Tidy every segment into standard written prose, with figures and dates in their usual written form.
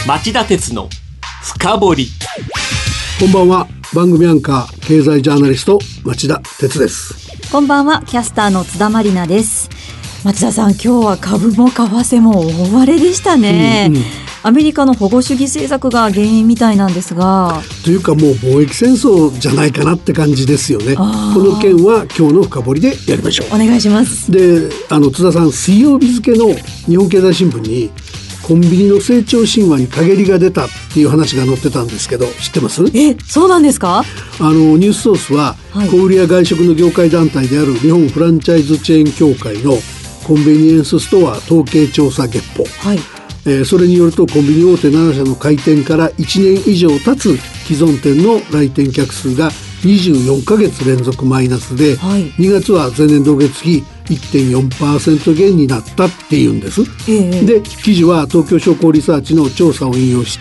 町田鉄の深掘り。 こんばんは。番組アンカー経済ジャーナリスト町田鉄です。 こんばんは。キャスターの津田まりなです。町田さん、今日は株も為替も大荒れでしたね。アメリカの保護主義政策が原因みたいなんですが、 というかもう貿易戦争じゃないかなって感じですよね。この件は今日の深掘りでやりましょう。 お願いします。 で、津田さん、水曜日付の日本経済新聞にコンビニの成長神話に陰りが出たっていう話が載ってたんですけど、知ってます？ そうなんですか？ ニュースソースは、小売や外食の業界団体である日本フランチャイズチェーン協会のコンビニエンスストア統計調査月報、それによると、コンビニ大手7社の開店から1年以上経つ既存店の来店客数が24ヶ月連続マイナスで、2月は前年同月比 1.4% 減になったっていうんです。で、記事は東京商工リサーチの調査を引用して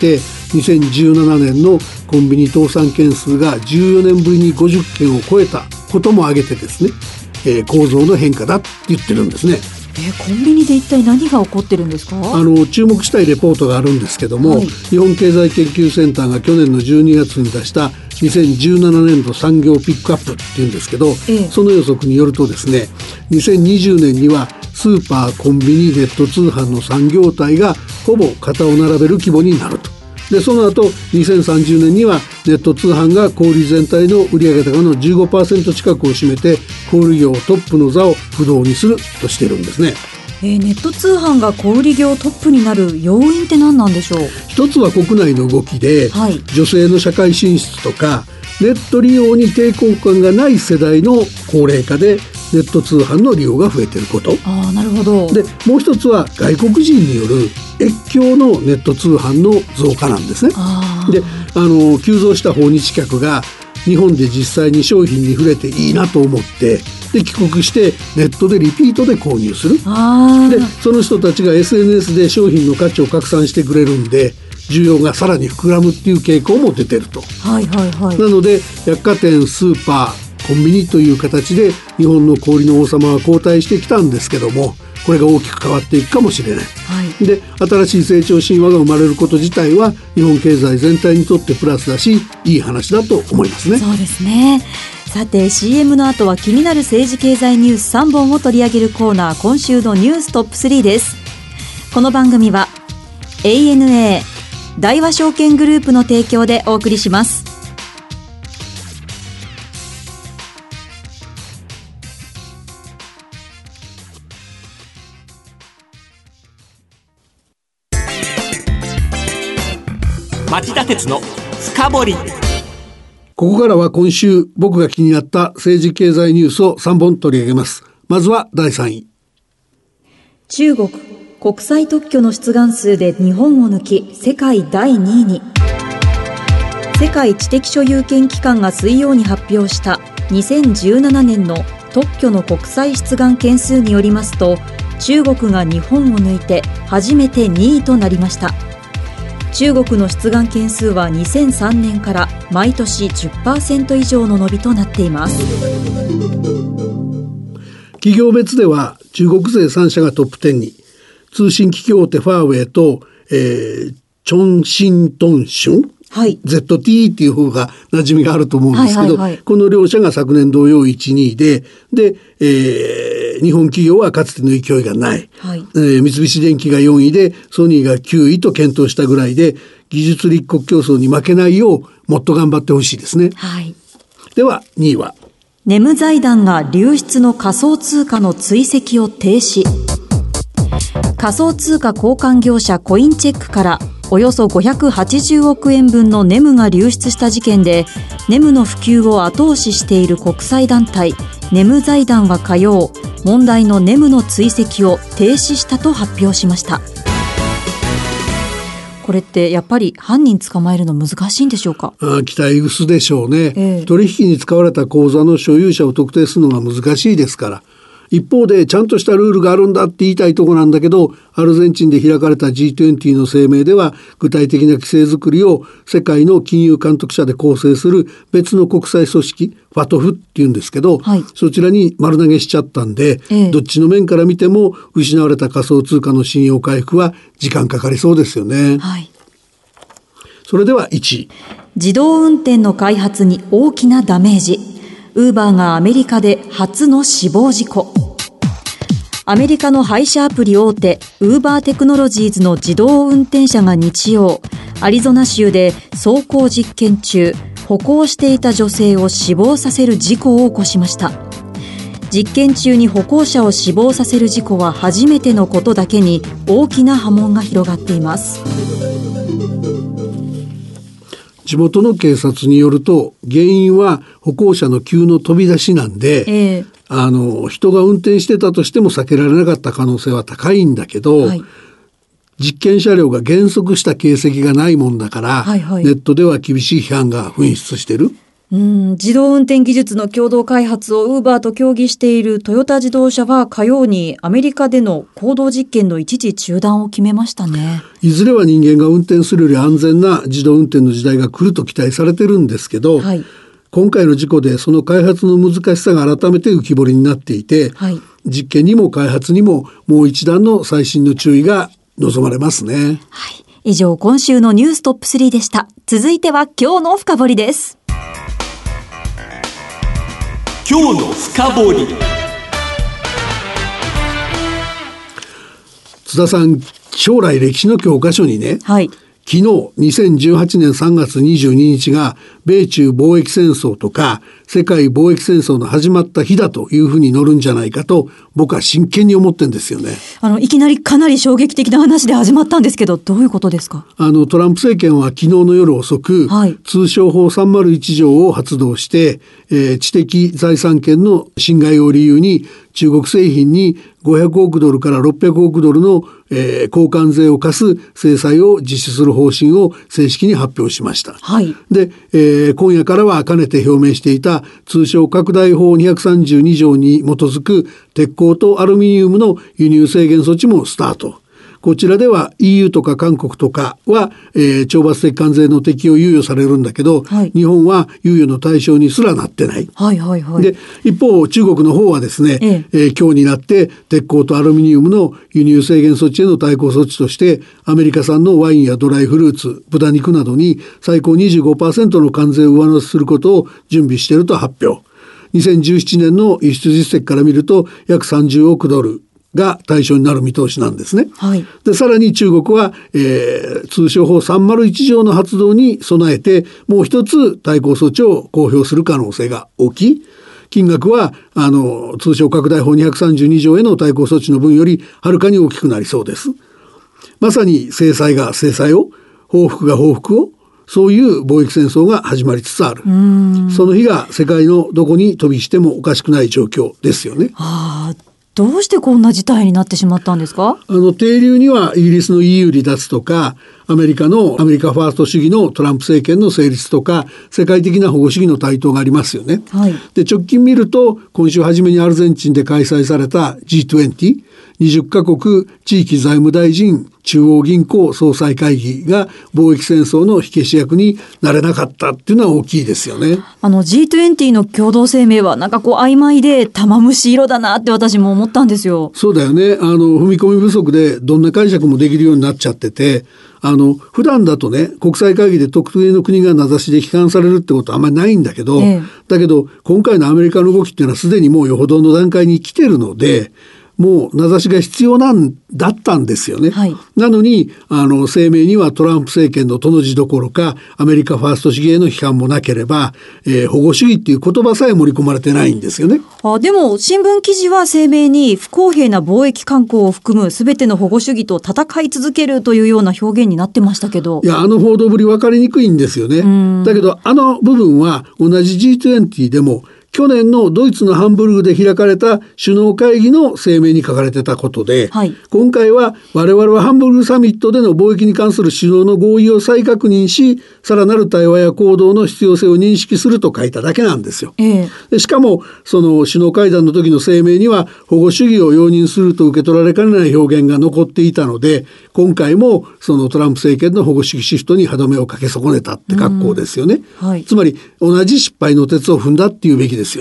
、2017年のコンビニ倒産件数が14年ぶりに50件を超えたことも挙げてですね、構造の変化だって言ってるんですね。 コンビニで一体何が起こってるんですか？ 注目したいレポートがあるんですけども、日本経済研究センターが去年の12月に出した2017年度産業ピックアップっていうんですけど、その予測によるとですね、2020年にはスーパー、コンビニ、ネット通販の産業体がほぼ肩を並べる規模になると。で、その後2030年にはネット通販が小売全体の売上高の 15% 近くを占めて、小売業トップの座を不動にするとしているんですね。 ネット通販が小売業トップになる要因って何なんでしょう？ 一つは国内の動きで、女性の社会進出とかネット利用に抵抗感がない世代の高齢化でネット通販の利用が増えていること。 なるほど。 で、もう一つは外国人による越境のネット通販の増加なんですね。で、急増した訪日客が日本で実際に商品に触れていいなと思って、で帰国してネットでリピートで購入する。で、その人たちが SNS で商品の価値を拡散してくれるんで、需要がさらに膨らむっていう傾向も出てると。なので百貨店、スーパー、コンビニという形で日本の小売の王様は後退してきたんですけども、これが大きく変わっていくかもしれない。で、新しい成長神話が生まれること自体は日本経済全体にとってプラスだし、いい話だと思いますね。 そうですね。さて、 CM の後は気になる政治経済ニュース3本を取り上げるコーナー、今週のニューストップ3です。この番組は ANA 大和証券グループの提供でお送りします。 町田鉄の深掘り。 ここからは今週僕が気になった政治経済ニュースを3本取り上げます。まずは第3位。 中国国際特許の出願数で日本を抜き世界第2位に。世界知的所有権機関が水曜に発表した2017年の特許の国際出願件数によりますと、中国が日本を抜いて初めて2位となりました。中国の出願件数は2003年から毎年 10% 以上の伸びとなっています。 企業別では中国勢3社がトップ10に、通信機器大手ファーウェイと、チョンシントンシュン、ZTE っていう方が馴染みがあると思うんですけど、この両社が昨年同様 1,2 位で、日本企業はかつての勢いがない、三菱電機が4位でソニーが9位と検討したぐらいで、技術立国競争に負けないようもっと頑張ってほしいですね。では2位は、 ネム財団が流出の仮想通貨の追跡を停止。仮想通貨交換業者コインチェックからおよそ580億円分のネムが流出した事件で、ネムの普及を後押ししている国際団体ネム財団は火曜、問題のネムの追跡を停止したと発表しました。これってやっぱり犯人捕まえるの難しいんでしょうか？ 期待薄でしょうね。取引に使われた口座の所有者を特定するのが難しいですから。一方でちゃんとしたルールがあるんだって言いたいところなんだけど、アルゼンチンで開かれた G20 の声明では、具体的な規制作りを世界の金融監督者で構成する別の国際組織FATF っていうんですけど、そちらに丸投げしちゃったんで、どっちの面から見ても失われた仮想通貨の信用回復は時間かかりそうですよね。 それでは1位。 自動運転の開発に大きなダメージ。ウーバーがアメリカで初の死亡事故。アメリカの配車アプリ大手ウーバーテクノロジーズの自動運転車が日曜、アリゾナ州で走行実験中、歩行していた女性を死亡させる事故を起こしました。実験中に歩行者を死亡させる事故は初めてのことだけに大きな波紋が広がっています。 地元の警察によると、原因は歩行者の急の飛び出しなんで、人が運転してたとしても避けられなかった可能性は高いんだけど、はい、実験車両が減速した形跡がないもんだから、ネットでは厳しい批判が噴出してる。 自動運転技術の共同開発をウーバーと協議しているトヨタ自動車は火曜にアメリカでの公道実験の一時中断を決めましたね。 いずれは人間が運転するより安全な自動運転の時代が来ると期待されてるんですけど、はい、今回の事故でその開発の難しさが改めて浮き彫りになっていて、はい、実験にも開発にももう一段の細心の注意が望まれますね。 はい、以上、今週のニューストップ3でした。続いては今日の深掘りです。 今日の深掘り。 津田さん、将来歴史の教科書にね、はい、昨日2018年3月22日が米中貿易戦争とか世界貿易戦争の始まった日だというふうに載るんじゃないかと僕は真剣に思ってるんですよね。 いきなりかなり衝撃的な話で始まったんですけど、どういうことですか？ トランプ政権は昨日の夜遅く、はい、通商法301条を発動して、知的財産権の侵害を理由に中国製品に500億ドルから600億ドルの、交換税を課す制裁を実施する方針を正式に発表しました。はい、で、今夜からはかねて表明していた通商拡大法232条に基づく鉄鋼とアルミニウムの輸入制限措置もスタート。こちらでは EU とか韓国とかは、懲罰的関税の適用猶予されるんだけど、はい、日本は猶予の対象にすらなってない。はいはいはい、で一方中国の方はですね、今日になって鉄鋼とアルミニウムの輸入制限措置への対抗措置としてアメリカ産のワインやドライフルーツ、豚肉などに最高 25% の関税を上乗せすることを準備していると発表。2017年の輸出実績から見ると約30億ドルが対象になる見通しなんですね。はい、でさらに中国は、通商法301条の発動に備えてもう一つ対抗措置を公表する可能性が大きい。金額は通商拡大法232条への対抗措置の分よりはるかに大きくなりそうです。まさに制裁が制裁を、報復が報復を、そういう貿易戦争が始まりつつある。その日が世界のどこに飛びしてもおかしくない状況ですよね。 どうしてこんな事態になってしまったんですか？ 底流にはイギリスの EU 離脱とかアメリカファースト主義のトランプ政権の成立とか世界的な保護主義の台頭がありますよね。はい、で直近見ると今週初めにアルゼンチンで開催された G2020 カ国地域財務大臣中央銀行総裁会議が貿易戦争の火消し役になれなかったっていうのは大きいですよね。 G20 の共同声明はなんか曖昧で玉虫色だなって私も思ったんですよ。 そうだよね。踏み込み不足でどんな解釈もできるようになっちゃってて、普段だとね国際会議で特定の国が名指しで批判されるってことはあんまりないんだけど、だけど今回のアメリカの動きっていうのはすでにもうよほどの段階に来てるのでもう名指しが必要だったんですよね。はい、なのに声明にはトランプ政権のとの字どころかアメリカファースト主義への批判もなければ、保護主義っていう言葉さえ盛り込まれてないんですよね。 でも新聞記事は声明に不公平な貿易慣行を含む全ての保護主義と戦い続けるというような表現になってましたけど、 いや報道ぶり分かりにくいんですよね。だけど部分は同じ G20 でも去年のドイツのハンブルグで開かれた首脳会議の声明に書かれてたことで、はい、今回は我々はハンブルグサミットでの貿易に関する首脳の合意を再確認しさらなる対話や行動の必要性を認識すると書いただけなんですよ。でしかもその首脳会談の時の声明には保護主義を容認すると受け取られかねない表現が残っていたので今回もそのトランプ政権の保護主義シフトに歯止めをかけ損ねたって格好ですよね。はい、つまり同じ失敗の鉄を踏んだっていうべきですよね。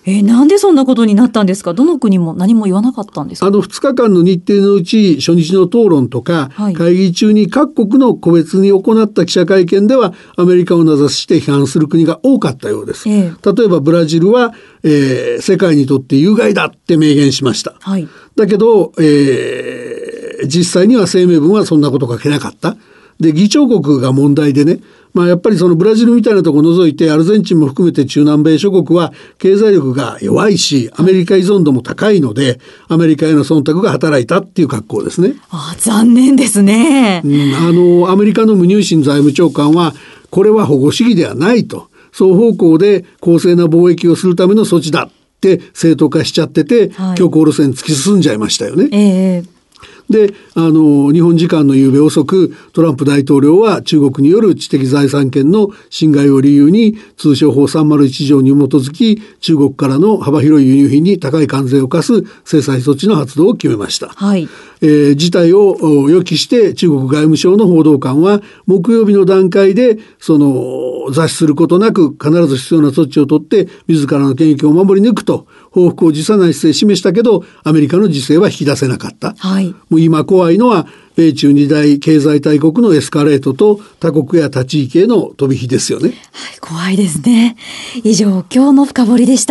なんでそんなことになったんですか？どの国も何も言わなかったんですか 2日間の日程のうち初日の討論とか、 はい、 会議中に各国の個別に行った記者会見ではアメリカを名指しして批判する国が多かったようです。例えばブラジルは、世界にとって有害だって明言しました。はい、だけど、実際には声明文はそんなこと書けなかった。で、議長国が問題でね、やっぱりそのブラジルみたいなところを除いてアルゼンチンも含めて中南米諸国は経済力が弱いしアメリカ依存度も高いのでアメリカへの忖度が働いたっていう格好ですね。 残念ですね。 アメリカのムニューシン財務長官はこれは保護主義ではないと、双方向で公正な貿易をするための措置だって正当化しちゃってて、強硬路線突き進んじゃいましたよね。で、日本時間の夕べ遅くトランプ大統領は中国による知的財産権の侵害を理由に通商法301条に基づき中国からの幅広い輸入品に高い関税を課す制裁措置の発動を決めました。事態を予期して中国外務省の報道官は木曜日の段階で座視することなく必ず必要な措置を取って自らの権益を守り抜くと報復を辞さない姿勢を示したけどアメリカの自制は引き出せなかった。もう今怖いのは米中二大経済大国のエスカレートと他国や他地域への飛び火ですよね。 怖いですね。以上、今日の深掘りでした。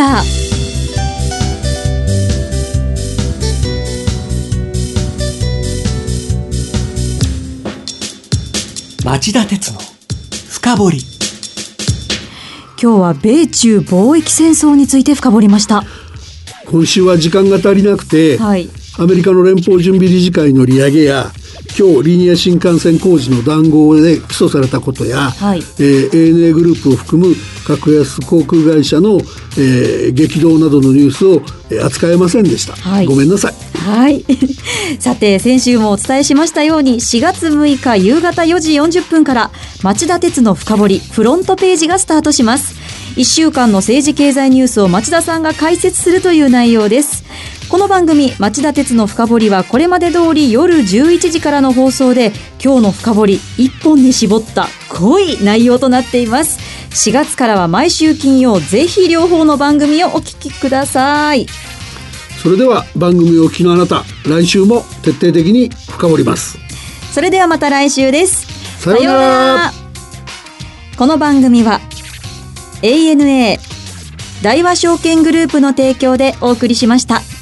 町田鉄の深掘り。 今日は米中貿易戦争について深掘りました。 今週は時間が足りなくて、アメリカの連邦準備理事会の利上げや今日リニア新幹線工事の談合で起訴されたことや、ANA グループを含む格安航空会社の、激動などのニュースを扱えませんでした。ごめんなさい。 さて、先週もお伝えしましたように4月6日夕方4時40分から町田鉄の深掘りフロントページがスタートします。1週間の政治経済ニュースを町田さんが解説するという内容です。この番組町田鉄の深掘りはこれまで通り夜11時からの放送で今日の深掘り1本に絞った濃い内容となっています。4月からは毎週金曜ぜひ両方の番組をお聞きください。 それでは番組をお聞きのあなた、来週も徹底的に深掘ります。 それではまた来週です。 さようなら。 この番組は ANA 大和証券グループの提供でお送りしました。